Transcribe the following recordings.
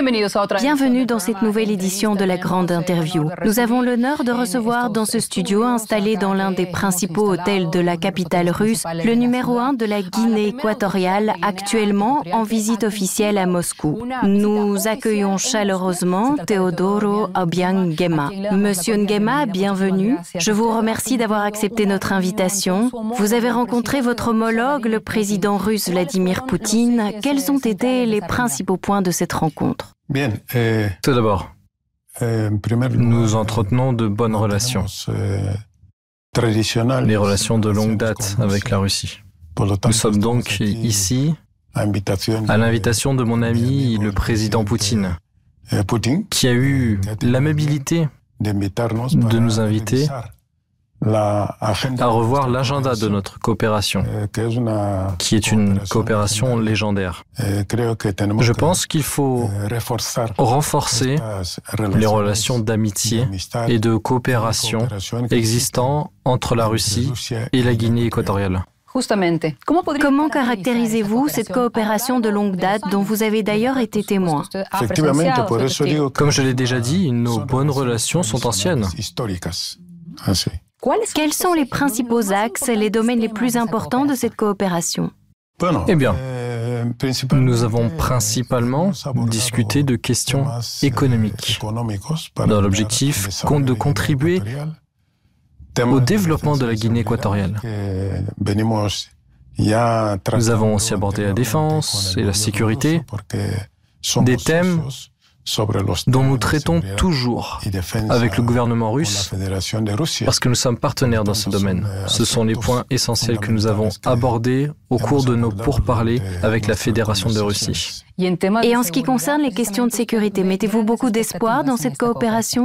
Bienvenue dans cette nouvelle édition de la Grande Interview. Nous avons l'honneur de recevoir dans ce studio, installé dans l'un des principaux hôtels de la capitale russe, le numéro 1 de la Guinée équatoriale, actuellement en visite officielle à Moscou. Nous accueillons chaleureusement Teodoro Obiang Nguema. Monsieur Nguema, bienvenue. Je vous remercie d'avoir accepté notre invitation. Vous avez rencontré votre homologue, le président russe Vladimir Poutine. Quels ont été les principaux points de cette rencontre? Tout d'abord, nous entretenons de bonnes relations, des relations de longue date avec la Russie. Nous sommes donc ici à l'invitation de mon ami, le président Poutine, qui a eu l'amabilité de nous inviter à revoir l'agenda de notre coopération, qui est une coopération légendaire. Je pense qu'il faut renforcer les relations d'amitié et de coopération existant entre la Russie et la Guinée équatoriale. Comment caractérisez-vous cette coopération de longue date dont vous avez d'ailleurs été témoin? Comme je l'ai déjà dit, nos bonnes relations sont anciennes. Quels sont les principaux axes, les domaines les plus importants de cette coopération? Eh bien, nous avons principalement discuté de questions économiques, dans l'objectif de contribuer au développement de la Guinée équatoriale. Nous avons aussi abordé la défense et la sécurité, des thèmes dont nous traitons toujours avec le gouvernement russe parce que nous sommes partenaires dans ce domaine. Ce sont les points essentiels que nous avons abordés au cours de nos pourparlers avec la Fédération de Russie. Et en ce qui concerne les questions de sécurité, mettez-vous beaucoup d'espoir dans cette coopération?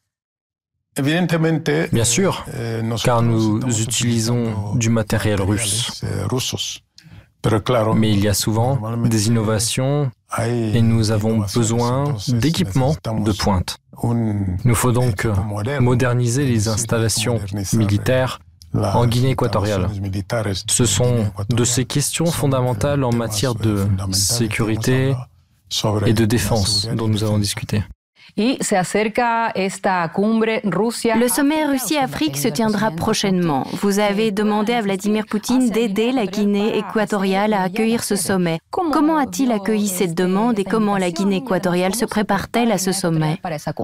Bien sûr, car nous utilisons du matériel russe. Mais il y a souvent des innovations et nous avons besoin d'équipements de pointe. Il nous faut donc moderniser les installations militaires en Guinée équatoriale. Ce sont de ces questions fondamentales en matière de sécurité et de défense dont nous avons discuté. Le sommet Russie-Afrique se tiendra prochainement. Vous avez demandé à Vladimir Poutine d'aider la Guinée équatoriale à accueillir ce sommet. Comment a-t-il accueilli cette demande et comment la Guinée équatoriale se prépare-t-elle à ce sommet?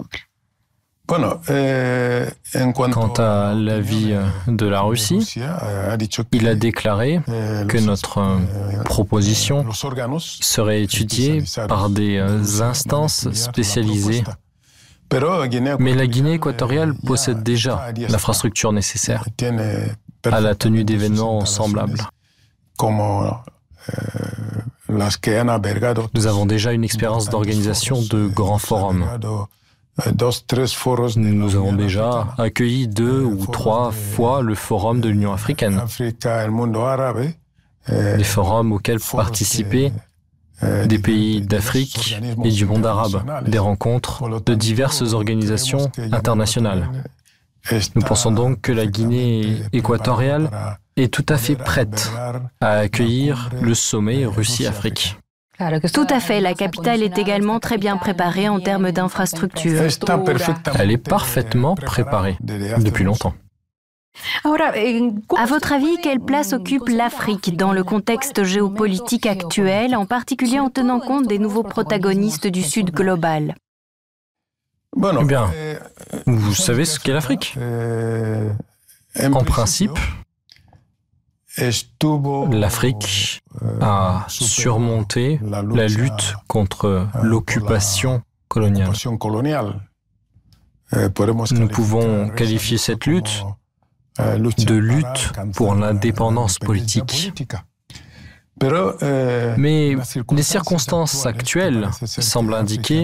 Quant à l'avis de la Russie, il a déclaré que notre proposition serait étudiée par des instances spécialisées. Mais la Guinée équatoriale possède déjà l'infrastructure nécessaire à la tenue d'événements semblables. Nous avons déjà une expérience d'organisation de grands forums. Nous avons déjà accueilli 2 ou 3 fois le forum de l'Union africaine, des forums auxquels participaient des pays d'Afrique et du monde arabe, des rencontres de diverses organisations internationales. Nous pensons donc que la Guinée équatoriale est tout à fait prête à accueillir le sommet Russie-Afrique. Tout à fait, la capitale est également très bien préparée en termes d'infrastructures. Elle est parfaitement préparée depuis longtemps. À votre avis, quelle place occupe l'Afrique dans le contexte géopolitique actuel, en particulier en tenant compte des nouveaux protagonistes du Sud global? Eh bien, vous savez ce qu'est l'Afrique? En principe, l'Afrique a surmonté la lutte contre l'occupation coloniale. Nous pouvons qualifier cette lutte de lutte pour l'indépendance politique. Mais les circonstances actuelles semblent indiquer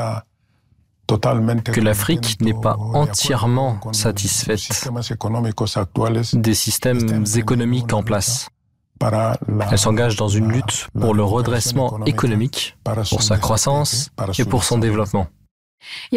que l'Afrique n'est pas entièrement satisfaite des systèmes économiques en place. Elle s'engage dans une lutte pour le redressement économique, pour sa croissance et pour son développement. Les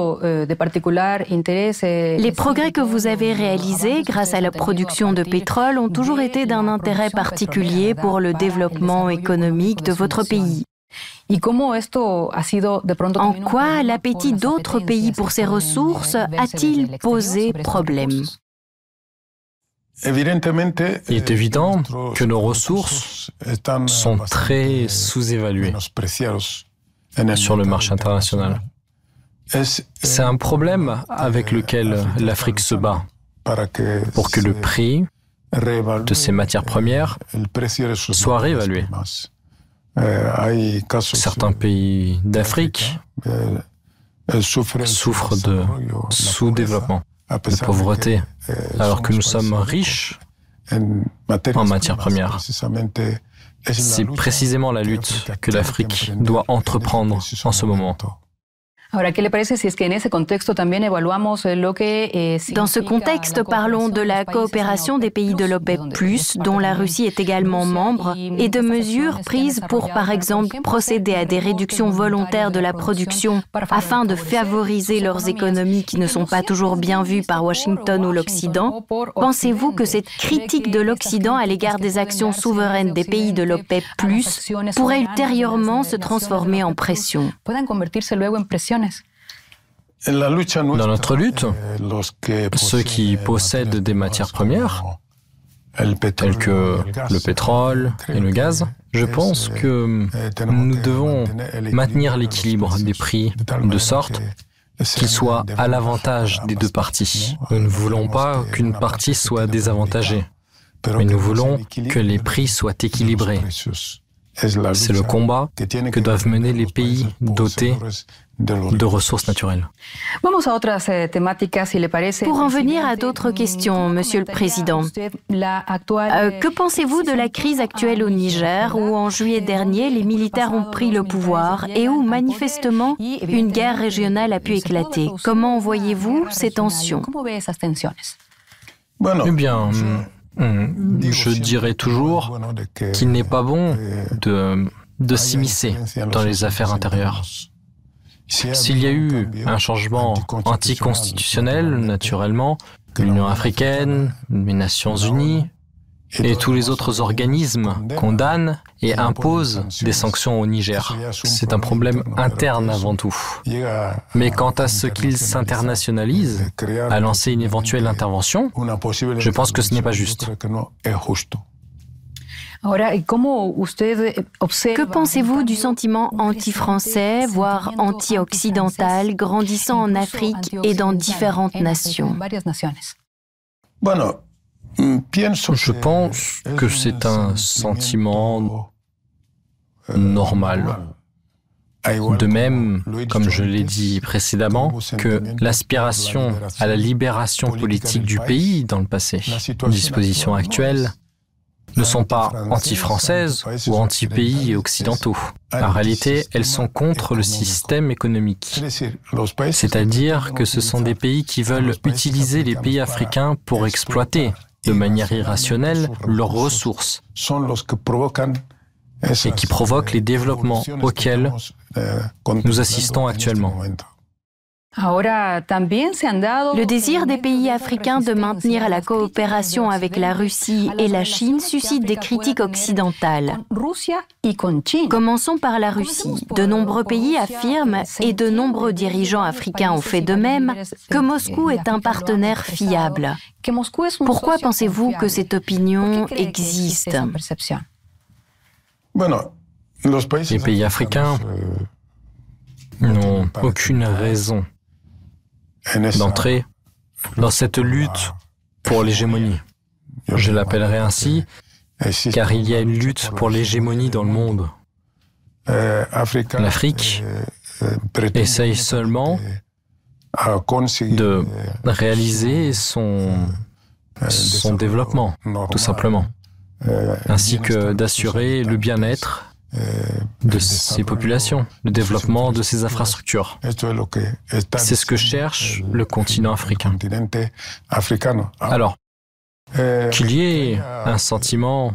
progrès que vous avez réalisés grâce à la production de pétrole ont toujours été d'un intérêt particulier pour le développement économique de votre pays. En quoi l'appétit d'autres pays pour ces ressources a-t-il posé problème? Il est évident que nos ressources sont très sous-évaluées sur le marché international. C'est un problème avec lequel l'Afrique se bat pour que le prix de ces matières premières soit réévalué. Certains pays d'Afrique souffrent de sous-développement, de pauvreté, alors que nous sommes riches en matières premières. C'est précisément la lutte que l'Afrique doit entreprendre en ce moment. Dans ce contexte, parlons de la coopération des pays de l'OPEP+, dont la Russie est également membre, et de mesures prises pour, par exemple, procéder à des réductions volontaires de la production afin de favoriser leurs économies qui ne sont pas toujours bien vues par Washington ou l'Occident. Pensez-vous que cette critique de l'Occident à l'égard des actions souveraines des pays de l'OPEP+, pourrait ultérieurement se transformer en pression? Dans notre lutte, ceux qui possèdent des matières premières, telles que le pétrole et le gaz, je pense que nous devons maintenir l'équilibre des prix de sorte qu'il soit à l'avantage des deux parties. Nous ne voulons pas qu'une partie soit désavantagée, mais nous voulons que les prix soient équilibrés. C'est le combat que doivent mener les pays dotés de ressources naturelles. Pour en venir à d'autres questions, Monsieur le Président, que pensez-vous de la crise actuelle au Niger, où en juillet dernier, les militaires ont pris le pouvoir et où, manifestement, une guerre régionale a pu éclater? Comment voyez-vous ces tensions? Eh bien, je dirais toujours qu'il n'est pas bon de s'immiscer dans les affaires intérieures. S'il y a eu un changement anticonstitutionnel, naturellement, l'Union africaine, les Nations unies et tous les autres organismes condamnent et imposent des sanctions au Niger. C'est un problème interne avant tout. Mais quant à ce qu'ils s'internationalisent, à lancer une éventuelle intervention, je pense que ce n'est pas juste. Que pensez-vous du sentiment anti-français, voire anti-occidental, grandissant en Afrique et dans différentes nations? Je pense que c'est un sentiment normal. De même, comme je l'ai dit précédemment, que l'aspiration à la libération politique du pays dans le passé, les dispositions actuelles, ne sont pas anti-françaises ou anti-pays occidentaux. En réalité, elles sont contre le système économique. C'est-à-dire que ce sont des pays qui veulent utiliser les pays africains pour exploiter de manière irrationnelle leurs ressources et qui provoquent les développements auxquels nous assistons actuellement. Le désir des pays africains de maintenir la coopération avec la Russie et la Chine suscite des critiques occidentales. Commençons par la Russie. De nombreux pays affirment, et de nombreux dirigeants africains ont fait de même, que Moscou est un partenaire fiable. Pourquoi pensez-vous que cette opinion existe? Les pays africains n'ont aucune raison d'entrer dans cette lutte pour l'hégémonie. Je l'appellerai ainsi, car il y a une lutte pour l'hégémonie dans le monde. L'Afrique essaye seulement de réaliser son développement, tout simplement, ainsi que d'assurer le bien-être de ces populations, le développement de ces infrastructures. C'est ce que cherche le continent africain. Alors, qu'il y ait un sentiment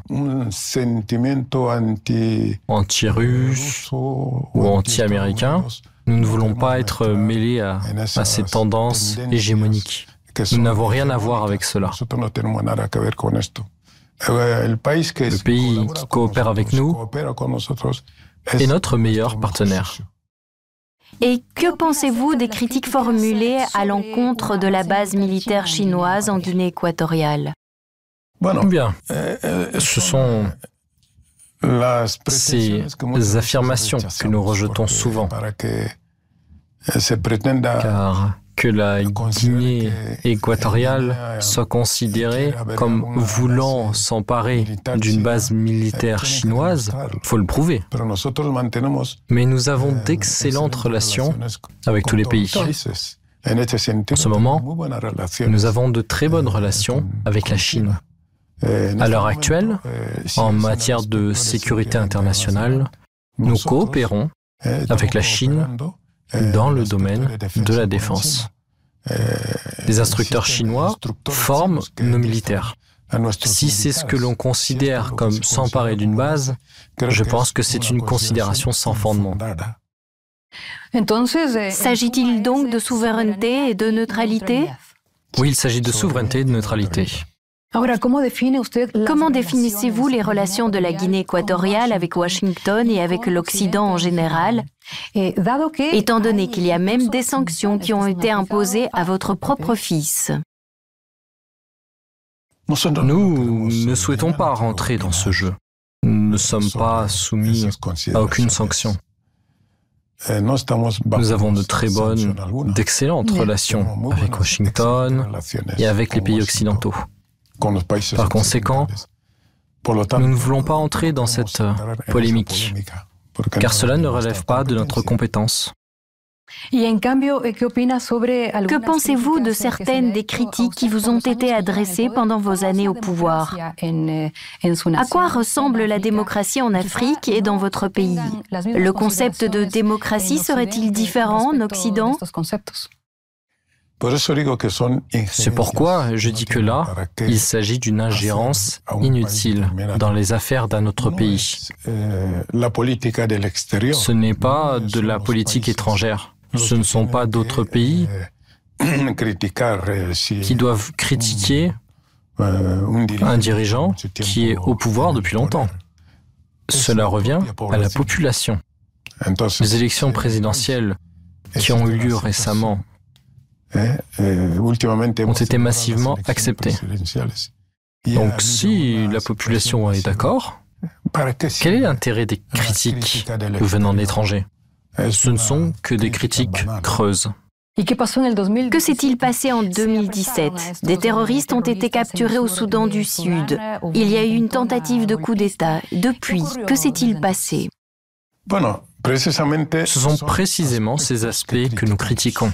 anti-russe ou anti-américain, nous ne voulons pas être mêlés à ces tendances hégémoniques. Nous n'avons rien à voir avec cela. Le pays qui coopère avec nous est notre meilleur partenaire. Et que pensez-vous des critiques formulées à l'encontre de la base militaire chinoise en Guinée équatoriale? Bien, ce sont ces affirmations que nous rejetons souvent, car que la Guinée équatoriale soit considérée comme voulant s'emparer d'une base militaire chinoise, il faut le prouver. Mais nous avons d'excellentes relations avec tous les pays. En ce moment, nous avons de très bonnes relations avec la Chine. À l'heure actuelle, en matière de sécurité internationale, nous coopérons avec la Chine dans le domaine de la défense. Les instructeurs chinois forment nos militaires. Si c'est ce que l'on considère comme s'emparer d'une base, je pense que c'est une considération sans fondement. S'agit-il donc de souveraineté et de neutralité? Oui, il s'agit de souveraineté et de neutralité. Comment définissez-vous les relations de la Guinée équatoriale avec Washington et avec l'Occident en général, étant donné qu'il y a même des sanctions qui ont été imposées à votre propre fils? Nous ne souhaitons pas rentrer dans ce jeu. Nous ne sommes pas soumis à aucune sanction. Nous avons de très bonnes, d'excellentes relations avec Washington et avec les pays occidentaux. Par conséquent, nous ne voulons pas entrer dans cette polémique, car cela ne relève pas de notre compétence. Que pensez-vous de certaines des critiques qui vous ont été adressées pendant vos années au pouvoir? À quoi ressemble la démocratie en Afrique et dans votre pays? Le concept de démocratie serait-il différent en Occident? C'est pourquoi je dis que là, il s'agit d'une ingérence inutile dans les affaires d'un autre pays. Ce n'est pas de la politique étrangère. Ce ne sont pas d'autres pays qui doivent critiquer un dirigeant qui est au pouvoir depuis longtemps. Cela revient à la population. Les élections présidentielles qui ont eu lieu récemment ont été massivement acceptées. Donc si la population est d'accord, quel est l'intérêt des critiques venant de l'étranger? Ce ne sont que des critiques creuses. Que s'est-il passé en 2017? Des terroristes ont été capturés au Soudan du Sud. Il y a eu une tentative de coup d'État. Depuis, que s'est-il passé? Ce sont précisément ces aspects que nous critiquons.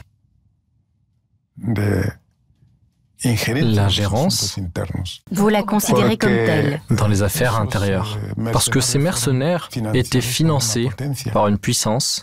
L'ingérence, vous la considérez comme telle? Dans les affaires intérieures, parce que ces mercenaires étaient financés par une puissance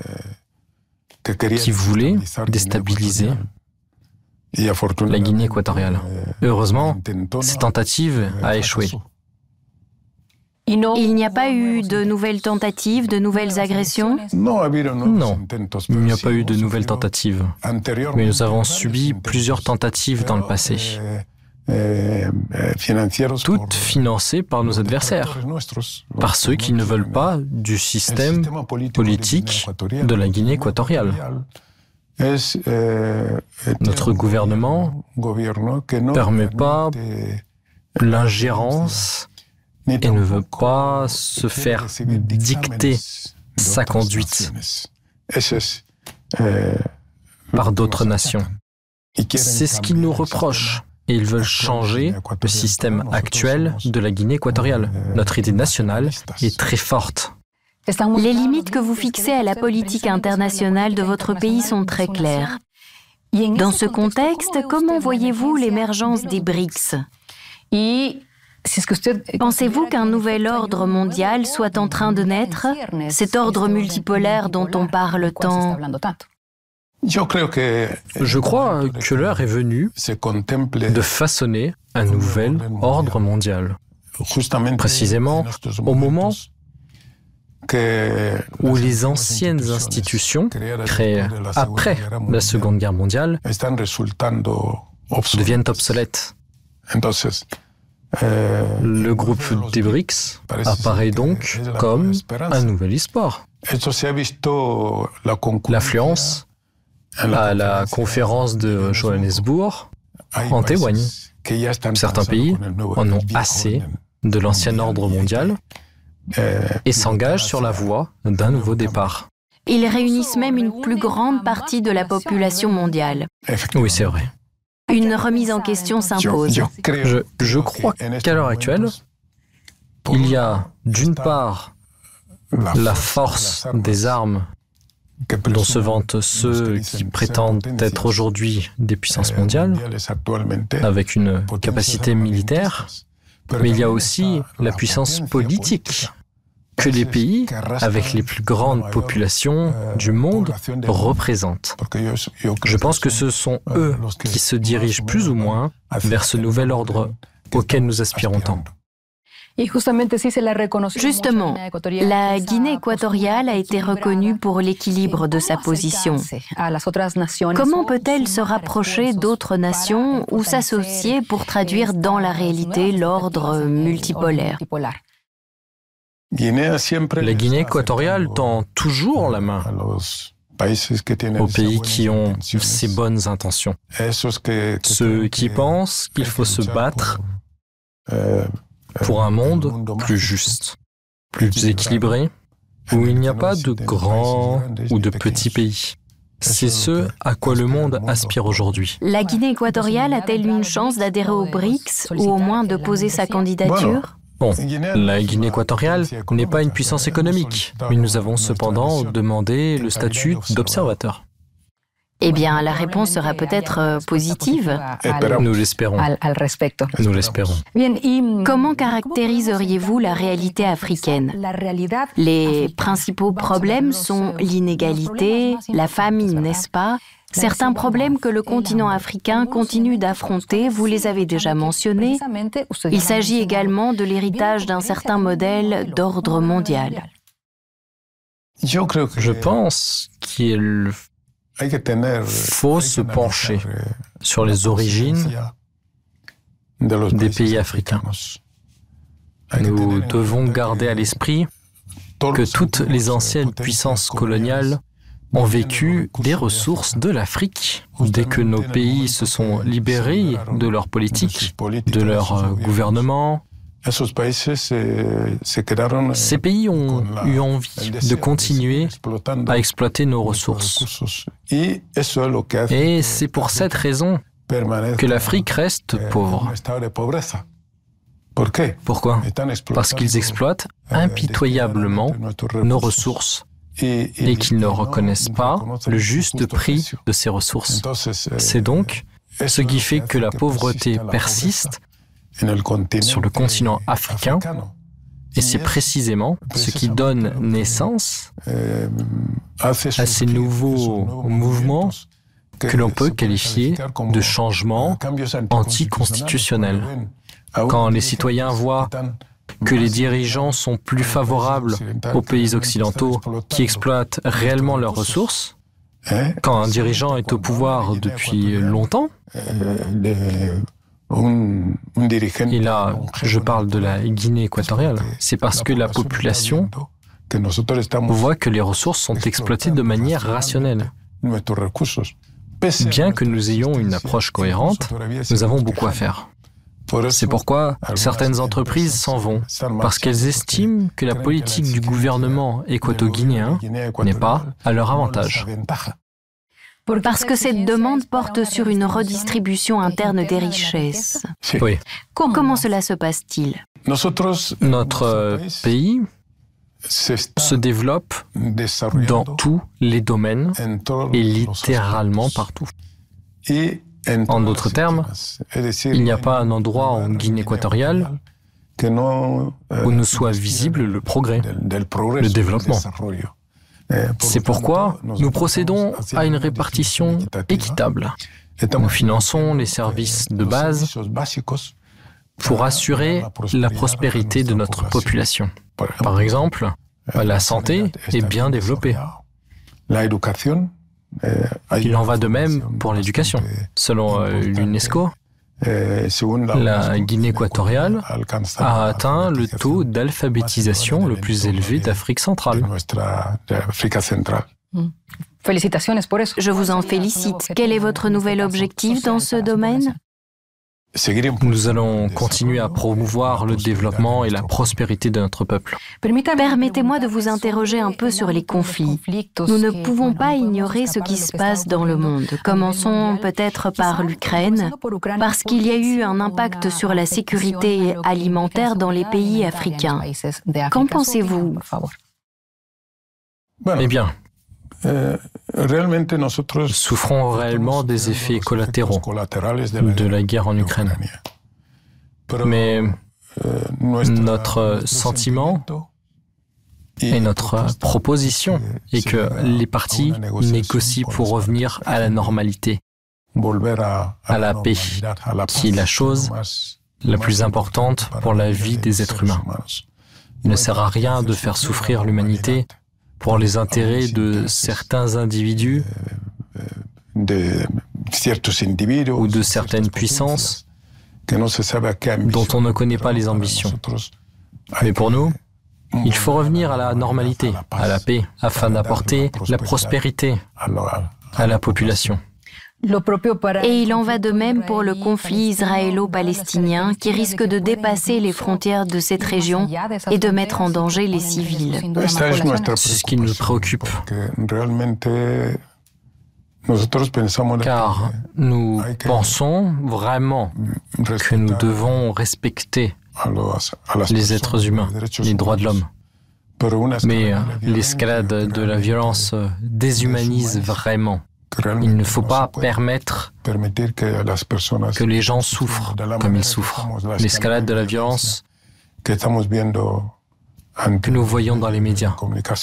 qui voulait déstabiliser la Guinée équatoriale. Heureusement, cette tentative a échoué. Il n'y a pas eu de nouvelles tentatives, de nouvelles agressions? Non, il n'y a pas eu de nouvelles tentatives. Mais nous avons subi plusieurs tentatives dans le passé. Toutes financées par nos adversaires, par ceux qui ne veulent pas du système politique de la Guinée équatoriale. Notre gouvernement ne permet pas l'ingérence et ne veut pas se faire dicter sa conduite par d'autres nations. C'est ce qu'ils nous reprochent. Et ils veulent changer le système actuel de la Guinée équatoriale. Notre idée nationale est très forte. Les limites que vous fixez à la politique internationale de votre pays sont très claires. Dans ce contexte, comment voyez-vous l'émergence des BRICS? Pensez-vous qu'un nouvel ordre mondial soit en train de naître? Cet ordre multipolaire dont on parle tant? Je crois que l'heure est venue de façonner un nouvel ordre mondial. Précisément au moment où les anciennes institutions, créées après la Seconde Guerre mondiale, deviennent obsolètes. Le groupe des BRICS apparaît donc comme un nouvel espoir. L'affluence à la conférence de Johannesburg en témoigne. Certains pays en ont assez de l'ancien ordre mondial et s'engagent sur la voie d'un nouveau départ. Ils réunissent même une plus grande partie de la population mondiale. Oui, c'est vrai. Une remise en question s'impose. Je crois qu'à l'heure actuelle, il y a d'une part la force des armes dont se vantent ceux qui prétendent être aujourd'hui des puissances mondiales, avec une capacité militaire, mais il y a aussi la puissance politique que les pays avec les plus grandes populations du monde représentent. Je pense que ce sont eux qui se dirigent plus ou moins vers ce nouvel ordre auquel nous aspirons tant. Justement, la Guinée équatoriale a été reconnue pour l'équilibre de sa position. Comment peut-elle se rapprocher d'autres nations ou s'associer pour traduire dans la réalité l'ordre multipolaire ? La Guinée équatoriale tend toujours la main aux pays qui ont ces bonnes intentions. Ceux qui pensent qu'il faut se battre pour un monde plus juste, plus équilibré, où il n'y a pas de grands ou de petits pays. C'est ce à quoi le monde aspire aujourd'hui. La Guinée équatoriale a-t-elle une chance d'adhérer aux BRICS ou au moins de poser sa candidature ? Bon, la Guinée équatoriale n'est pas une puissance économique, mais nous avons cependant demandé le statut d'observateur. Eh bien, la réponse sera peut-être positive. Nous l'espérons. Nous l'espérons. Comment caractériseriez-vous la réalité africaine ? Les principaux problèmes sont l'inégalité, la famine, n'est-ce pas ? Certains problèmes que le continent africain continue d'affronter, vous les avez déjà mentionnés. Il s'agit également de l'héritage d'un certain modèle d'ordre mondial. Je pense qu'il faut se pencher sur les origines des pays africains. Nous devons garder à l'esprit que toutes les anciennes puissances coloniales ont vécu des ressources de l'Afrique. Dès que nos pays se sont libérés de leur politique, de leur gouvernement, ces pays ont eu envie de continuer à exploiter nos ressources. Et c'est pour cette raison que l'Afrique reste pauvre. Pourquoi ? Parce qu'ils exploitent impitoyablement nos ressources et qu'ils ne reconnaissent pas le juste prix de ces ressources. C'est donc ce qui fait que la pauvreté persiste sur le continent africain, et c'est précisément ce qui donne naissance à ces nouveaux mouvements que l'on peut qualifier de changements anticonstitutionnels. Quand les citoyens voient que les dirigeants sont plus favorables aux pays occidentaux qui exploitent réellement leurs ressources, quand un dirigeant est au pouvoir depuis longtemps, et là, je parle de la Guinée équatoriale, c'est parce que la population voit que les ressources sont exploitées de manière rationnelle. Bien que nous ayons une approche cohérente, nous avons beaucoup à faire. C'est pourquoi certaines entreprises s'en vont, parce qu'elles estiment que la politique du gouvernement équato-guinéen n'est pas à leur avantage. Parce que cette demande porte sur une redistribution interne des richesses. Oui. Comment cela se passe-t-il ? Notre pays se développe dans tous les domaines et littéralement partout. En d'autres termes, il n'y a pas un endroit en Guinée équatoriale où ne soit visible le progrès, le développement. C'est pourquoi nous procédons à une répartition équitable. Nous finançons les services de base pour assurer la prospérité de notre population. Par exemple, la santé est bien développée. Il en va de même pour l'éducation. Selon l'UNESCO, La Guinée équatoriale a atteint le taux d'alphabétisation le plus élevé d'Afrique centrale. Je vous en félicite. Quel est votre nouvel objectif dans ce domaine? Nous allons continuer à promouvoir le développement et la prospérité de notre peuple. Permettez-moi de vous interroger un peu sur les conflits. Nous ne pouvons pas ignorer ce qui se passe dans le monde. Commençons peut-être par l'Ukraine, parce qu'il y a eu un impact sur la sécurité alimentaire dans les pays africains. Qu'en pensez-vous? Eh bien, nous souffrons réellement des effets collatéraux de la guerre en Ukraine. Mais notre sentiment et notre proposition est que les partis négocient pour revenir à la normalité, à la paix, qui est la chose la plus importante pour la vie des êtres humains. Il ne sert à rien de faire souffrir l'humanité pour les intérêts de certains individus ou de certaines puissances dont on ne connaît pas les ambitions. Mais pour nous, il faut revenir à la normalité, à la paix, afin d'apporter la prospérité à la population. Et il en va de même pour le conflit israélo-palestinien qui risque de dépasser les frontières de cette région et de mettre en danger les civils. C'est ce qui nous préoccupe. Car nous pensons vraiment que nous devons respecter les êtres humains, les droits de l'homme. Mais l'escalade de la violence déshumanise vraiment. Il ne faut pas permettre que les gens souffrent comme ils souffrent. L'escalade de la violence que nous voyons dans les médias.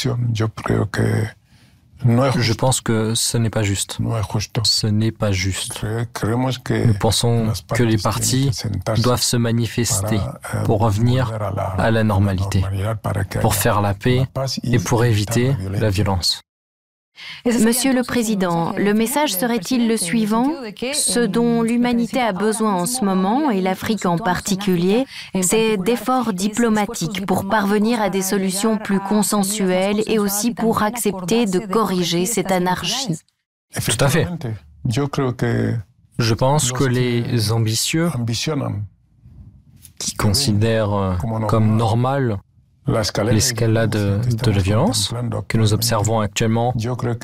Je pense que ce n'est pas juste. Ce n'est pas juste. Nous pensons que les partis doivent se manifester pour revenir à la normalité, pour faire la paix et pour éviter la violence. Monsieur le Président, le message serait-il le suivant? Ce dont l'humanité a besoin en ce moment, et l'Afrique en particulier, c'est d'efforts diplomatiques pour parvenir à des solutions plus consensuelles et aussi pour accepter de corriger cette anarchie. Tout à fait. Je pense que les ambitieux, qui considèrent comme normal l'escalade de la violence que nous observons actuellement,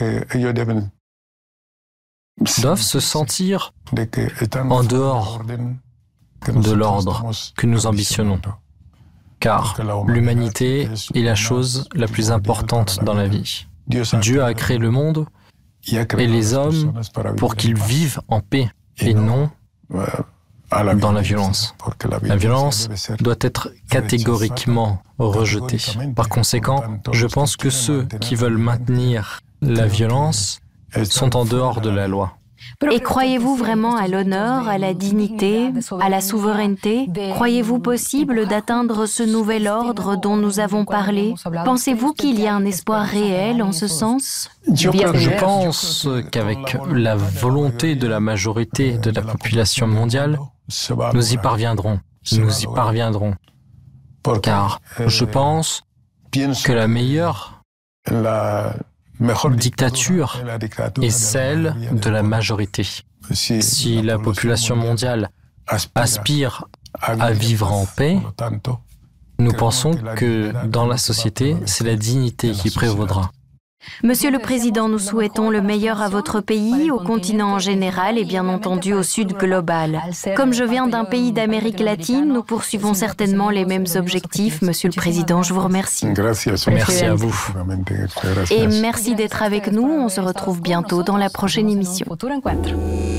doivent se sentir en dehors de l'ordre que nous ambitionnons. Car l'humanité est la chose la plus importante dans la vie. Dieu a créé le monde et les hommes pour qu'ils vivent en paix et non dans la violence. La violence doit être catégoriquement rejetée. Par conséquent, je pense que ceux qui veulent maintenir la violence sont en dehors de la loi. Et croyez-vous vraiment à l'honneur, à la dignité, à la souveraineté? Croyez-vous possible d'atteindre ce nouvel ordre dont nous avons parlé? Pensez-vous qu'il y a un espoir réel en ce sens? Je pense qu'avec la volonté de la majorité de la population mondiale, nous y parviendrons. Nous y parviendrons. Car je pense que la meilleure dictature est celle de la majorité. Si la population mondiale aspire à vivre en paix, nous pensons que dans la société, c'est la dignité qui prévaudra. Monsieur le Président, nous souhaitons le meilleur à votre pays, au continent en général et bien entendu au Sud global. Comme je viens d'un pays d'Amérique latine, nous poursuivons certainement les mêmes objectifs. Monsieur le Président, je vous remercie. Merci à vous. Et merci d'être avec nous. On se retrouve bientôt dans la prochaine émission.